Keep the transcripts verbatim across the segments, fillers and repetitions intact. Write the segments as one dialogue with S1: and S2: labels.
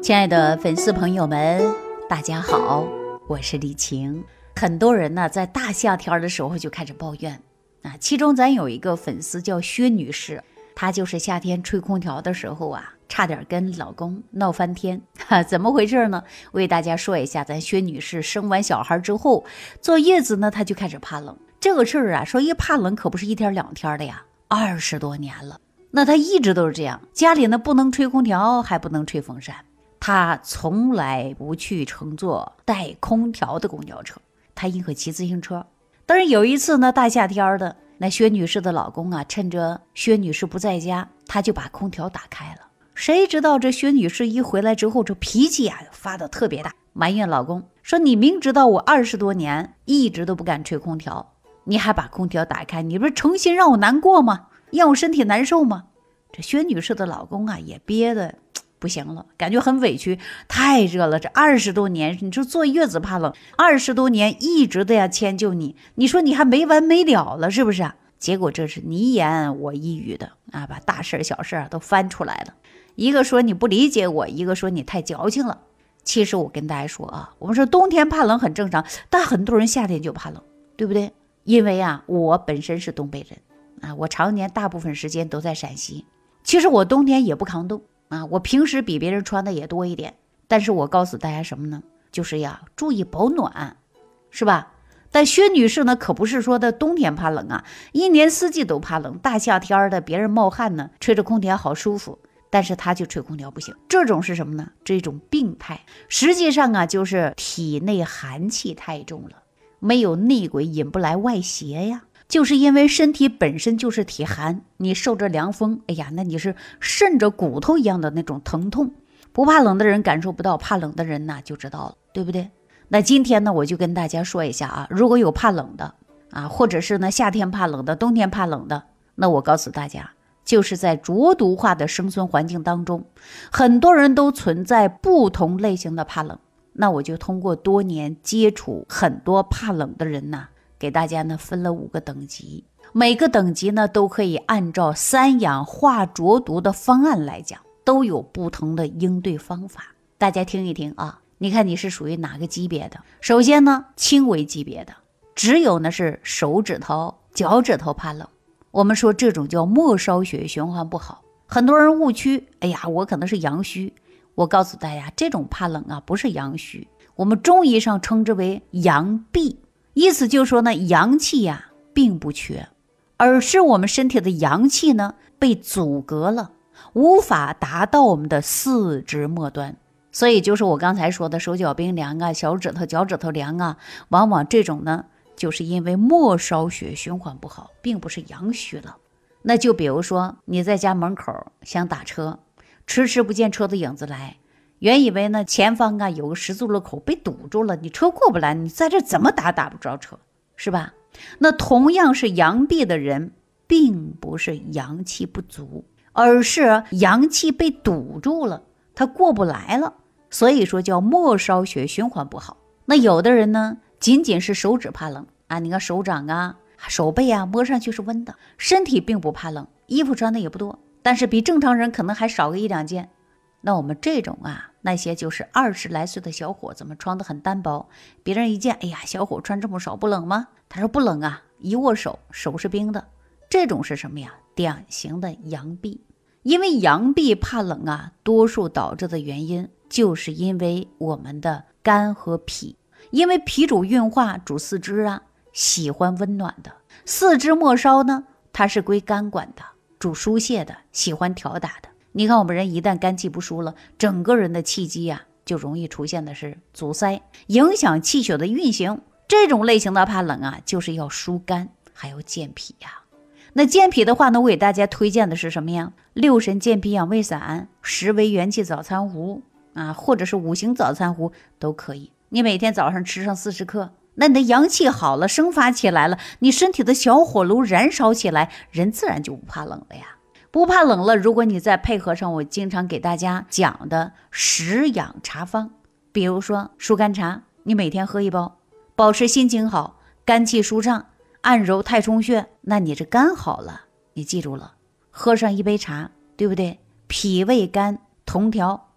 S1: 亲爱的粉丝朋友们，大家好，我是李晴。很多人呢在大夏天的时候就开始抱怨啊，其中咱有一个粉丝叫薛女士，她就是夏天吹空调的时候啊，差点跟老公闹翻天哈，怎么回事呢？为大家说一下，咱薛女士生完小孩之后坐月子呢，她就开始怕冷。这个事儿啊，说一怕冷可不是一天两天的呀，二十多年了。那她一直都是这样，家里呢不能吹空调，还不能吹风扇。她从来不去乘坐带空调的公交车，她宁可骑自行车。但是有一次呢，大夏天的，那薛女士的老公啊，趁着薛女士不在家，他就把空调打开了。谁知道这薛女士一回来之后，这脾气啊发得特别大，埋怨老公说：“你明知道我二十多年一直都不敢吹空调，你还把空调打开，你不是诚心让我难过吗？让我身体难受吗？”这薛女士的老公啊，也憋得不行了，感觉很委屈，太热了，这二十多年，你说坐月子怕冷，二十多年一直都要迁就你，你说你还没完没了了，是不是啊？结果这是你一言我一语的啊，把大事小事啊都翻出来了。一个说你不理解我，一个说你太矫情了。其实我跟大家说啊，我们说冬天怕冷很正常，但很多人夏天就怕冷，对不对？因为啊，我本身是东北人啊，我常年大部分时间都在陕西，其实我冬天也不抗冻啊，我平时比别人穿的也多一点，但是我告诉大家什么呢？就是呀，注意保暖，是吧？但薛女士呢，可不是说的冬天怕冷啊，一年四季都怕冷，大夏天的别人冒汗呢，吹着空调好舒服，但是她就吹空调不行。这种是什么呢？这种病态，实际上啊，就是体内寒气太重了，没有内鬼引不来外邪呀。就是因为身体本身就是体寒，你受着凉风，哎呀，那你是渗着骨头一样的那种疼痛。不怕冷的人感受不到，怕冷的人呢就知道了，对不对？那今天呢，我就跟大家说一下啊，如果有怕冷的啊，或者是呢夏天怕冷的，冬天怕冷的，那我告诉大家，就是在浊毒化的生存环境当中，很多人都存在不同类型的怕冷。那我就通过多年接触很多怕冷的人呢，给大家呢分了五个等级，每个等级呢都可以按照三氧化浊毒的方案来讲，都有不同的应对方法。大家听一听啊，你看你是属于哪个级别的？首先呢，轻微级别的，只有呢是手指头、脚趾头怕冷。我们说这种叫末梢血液循环不好，很多人误区，哎呀，我可能是阳虚。我告诉大家，这种怕冷啊，不是阳虚，我们中医上称之为阳闭。意思就是说呢，阳气呀、啊、并不缺，而是我们身体的阳气呢被阻隔了，无法达到我们的四肢末端。所以就是我刚才说的手脚冰凉啊，小指头脚趾头凉啊，往往这种呢就是因为末梢血循环不好，并不是阳虚了。那就比如说你在家门口想打车，迟迟不见车的影子来，原以为呢前方啊有个十字路口被堵住了，你车过不来，你在这怎么打打不着车，是吧？那同样是阳闭的人，并不是阳气不足，而是阳气被堵住了，他过不来了，所以说叫末梢血循环不好。那有的人呢仅仅是手指怕冷啊，你看手掌啊手背啊摸上去是温的，身体并不怕冷，衣服穿的也不多，但是比正常人可能还少个一两件。那我们这种啊，那些就是二十来岁的小伙子们穿的很单薄，别人一见，哎呀，小伙穿这么少不冷吗？他说不冷啊，一握手手是冰的。这种是什么呀？典型的阳闭。因为阳闭怕冷啊，多数导致的原因就是因为我们的肝和脾，因为脾主运化，主四肢啊，喜欢温暖的。四肢末梢呢，它是归肝管的，主疏泄的，喜欢调打的。你看我们人一旦肝气不舒了，整个人的气机啊就容易出现的是阻塞，影响气血的运行。这种类型的怕冷啊，就是要疏肝还有健脾呀、啊。那健脾的话呢，我给大家推荐的是什么呀？六神健脾养胃散、十味元气早餐壶啊，或者是五行早餐壶都可以。你每天早上吃上四十克，那你的阳气好了，生发起来了，你身体的小火炉燃烧起来，人自然就不怕冷了呀。不怕冷了，如果你再配合上我经常给大家讲的食养茶方，比如说疏肝茶，你每天喝一包，保持心情好，肝气舒畅，按揉太冲穴，那你这肝好了，你记住了，喝上一杯茶，对不对？脾胃肝同调，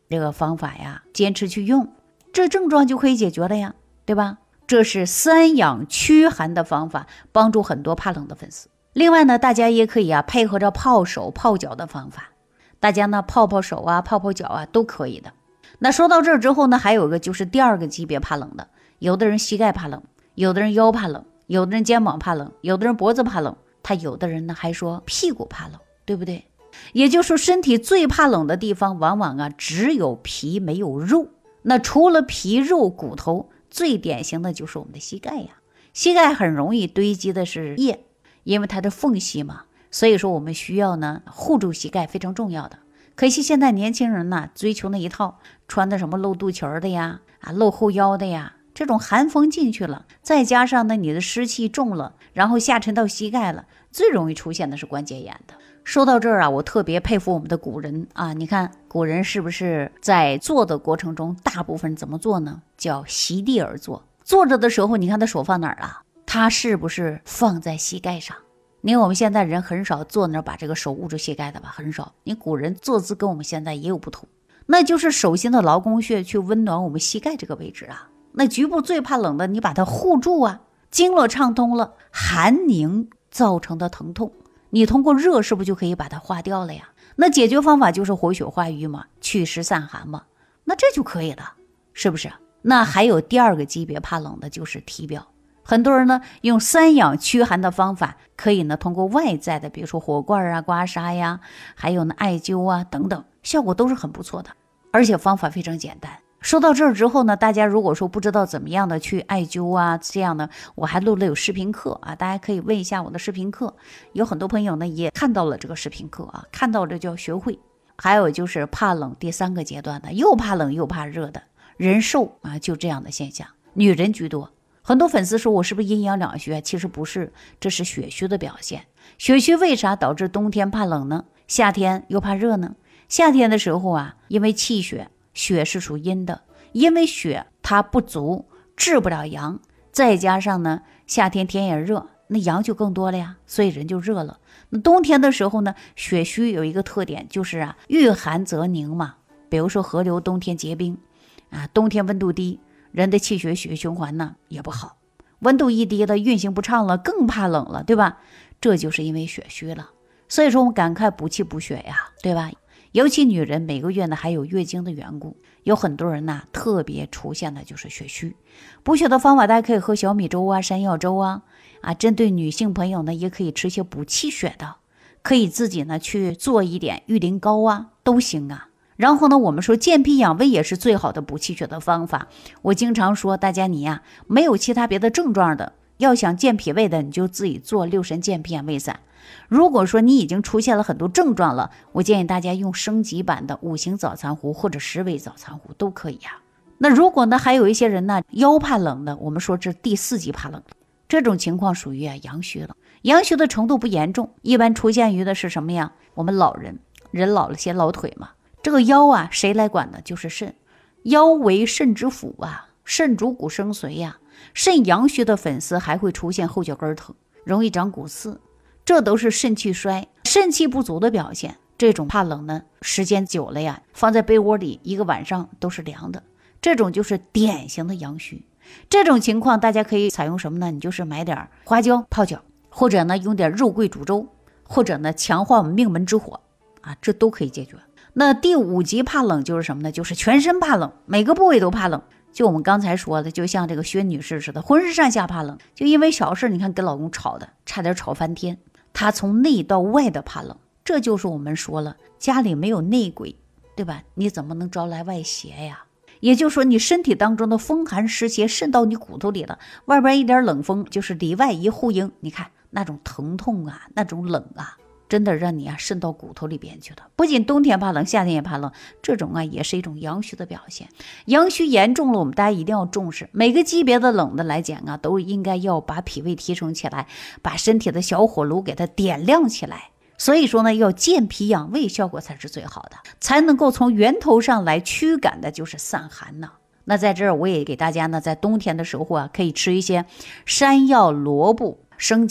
S1: 这个方法呀，坚持去用，这症状就可以解决了呀，对吧？这是三养驱寒的方法，帮助很多怕冷的粉丝。另外呢，大家也可以啊配合着泡手泡脚的方法，大家呢泡泡手啊泡泡脚啊都可以的。那说到这儿之后呢，还有一个就是第二个级别怕冷的，有的人膝盖怕冷，有的人腰怕冷，有的人肩膀怕冷，有的人脖子怕冷，他有的人呢还说屁股怕冷，对不对？也就是说身体最怕冷的地方往往啊只有皮没有肉。那除了皮肉骨头，最典型的就是我们的膝盖呀。膝盖很容易堆积的是液，因为它的缝隙嘛，所以说我们需要呢护住膝盖，非常重要的。可惜现在年轻人呢追求那一套，穿的什么露肚脐的呀，啊露后腰的呀，这种寒风进去了，再加上呢你的湿气重了，然后下沉到膝盖了，最容易出现的是关节炎的。说到这儿啊，我特别佩服我们的古人啊，你看古人是不是在做的过程中，大部分怎么做呢？叫席地而坐。坐着的时候，你看他手放哪儿了？他是不是放在膝盖上？你看我们现在人很少坐那儿把这个手捂住膝盖的吧，很少。你古人坐姿跟我们现在也有不同，那就是手心的劳宫穴去温暖我们膝盖这个位置啊。那局部最怕冷的，你把它护住啊，经络畅通了，寒凝造成的疼痛，你通过热是不是就可以把它化掉了呀？那解决方法就是活血化瘀嘛，祛湿散寒嘛，那这就可以了，是不是？那还有第二个级别怕冷的就是体表，很多人呢用三养驱寒的方法，可以呢通过外在的，比如说火罐啊、刮痧呀，还有呢艾灸啊等等，效果都是很不错的，而且方法非常简单。说到这儿之后呢，大家如果说不知道怎么样的去艾灸啊，这样的我还录了有视频课啊，大家可以问一下我的视频课，有很多朋友呢也看到了这个视频课啊，看到了就要学会。还有就是怕冷第三个阶段的，又怕冷又怕热的人瘦啊，就这样的现象，女人居多。很多粉丝说我是不是阴阳两虚？其实不是，这是血虚的表现。血虚为啥导致冬天怕冷呢？夏天又怕热呢？夏天的时候啊，因为气血，血是属阴的，因为血它不足，治不了阳，再加上呢夏天天也热，那阳就更多了呀，所以人就热了。那冬天的时候呢，血虚有一个特点就是啊，遇寒则凝嘛，比如说河流冬天结冰啊，冬天温度低，人的气血血液循环呢也不好，温度一低了，运行不畅了，更怕冷了，对吧？这就是因为血虚了。所以说我们赶快补气补血呀，对吧？尤其女人每个月呢还有月经的缘故，有很多人呢特别出现的就是血虚。补血的方法，大家可以喝小米粥啊、山药粥啊，啊，针对女性朋友呢也可以吃些补气血的，可以自己呢去做一点玉林膏啊，都行啊。然后呢，我们说健脾养胃也是最好的补气血的方法。我经常说大家你呀、啊、没有其他别的症状的，要想健脾胃的，你就自己做六神健脾养胃散。如果说你已经出现了很多症状了，我建议大家用升级版的五行早餐壶或者十味早餐壶都可以呀、啊。那如果呢还有一些人呢腰怕冷的，我们说这第四级怕冷，这种情况属于啊阳虚了。阳虚的程度不严重，一般出现于的是什么呀？我们老人，人老了些老腿嘛，这个腰啊谁来管呢？就是肾，腰为肾之府啊，肾主骨生髓呀、啊。肾阳虚的粉丝还会出现后脚跟疼，容易长骨刺，这都是肾气衰、肾气不足的表现。这种怕冷呢，时间久了呀，放在被窝里一个晚上都是凉的，这种就是典型的阳虚。这种情况大家可以采用什么呢？你就是买点花椒泡脚，或者呢用点肉桂煮粥，或者呢强化我们命门之火啊，这都可以解决。那第五级怕冷就是什么呢？就是全身怕冷，每个部位都怕冷。就我们刚才说的，就像这个薛女士似的，浑身上下怕冷，就因为小事你看跟老公吵的差点吵翻天，她从内到外的怕冷。这就是我们说了，家里没有内鬼，对吧？你怎么能招来外邪呀？也就是说你身体当中的风寒湿邪渗到你骨头里了，外边一点冷风就是里外一呼应，你看那种疼痛啊，那种冷啊，真的让你啊渗到骨头里边去了。不仅冬天怕冷，夏天也怕冷，这种啊也是一种阳虚的表现。阳虚严重了，我们大家一定要重视。每个级别的冷的来讲啊，都应该要把脾胃提升起来，把身体的小火炉给它点亮起来。所以说呢，要健脾养胃，效果才是最好的，才能够从源头上来驱赶的就是散寒呢。那在这儿我也给大家呢，在冬天的时候啊，可以吃一些山药、萝卜、生姜、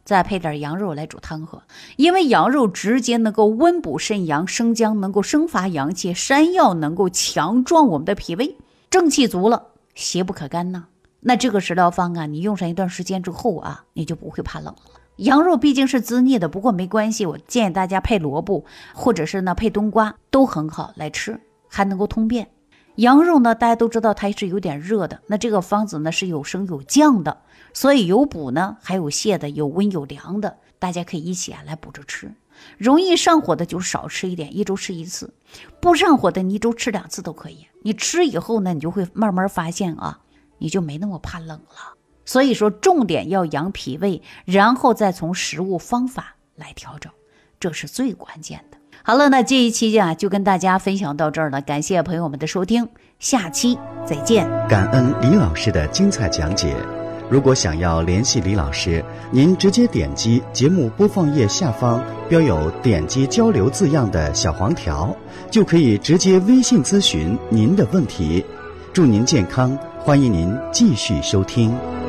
S1: 再配点羊肉来煮汤喝。因为羊肉直接能够温补肾阳，生姜能够生发阳气，山药能够强壮我们的脾胃，正气足了，邪不可干呢。那这个食疗方啊，你用上一段时间之后啊，你就不会怕冷了。羊肉毕竟是滋腻的，不过没关系，我建议大家配萝卜，或者是呢配冬瓜都很好来吃，还能够通便。羊肉呢，大家都知道它是有点热的，那这个方子呢是有升有降的，所以有补呢，还有泻的，有温有凉的，大家可以一起啊来补着吃。容易上火的就少吃一点，一周吃一次；不上火的你一周吃两次都可以。你吃以后呢，你就会慢慢发现啊，你就没那么怕冷了。所以说重点要养脾胃，然后再从食物方法来调整，这是最关键的。好了，那这一期啊就跟大家分享到这儿了，感谢朋友们的收听，下期再见。
S2: 感恩李老师的精彩讲解。如果想要联系李老师，您直接点击节目播放页下方标有点击交流字样的小黄条，就可以直接微信咨询您的问题。祝您健康，欢迎您继续收听。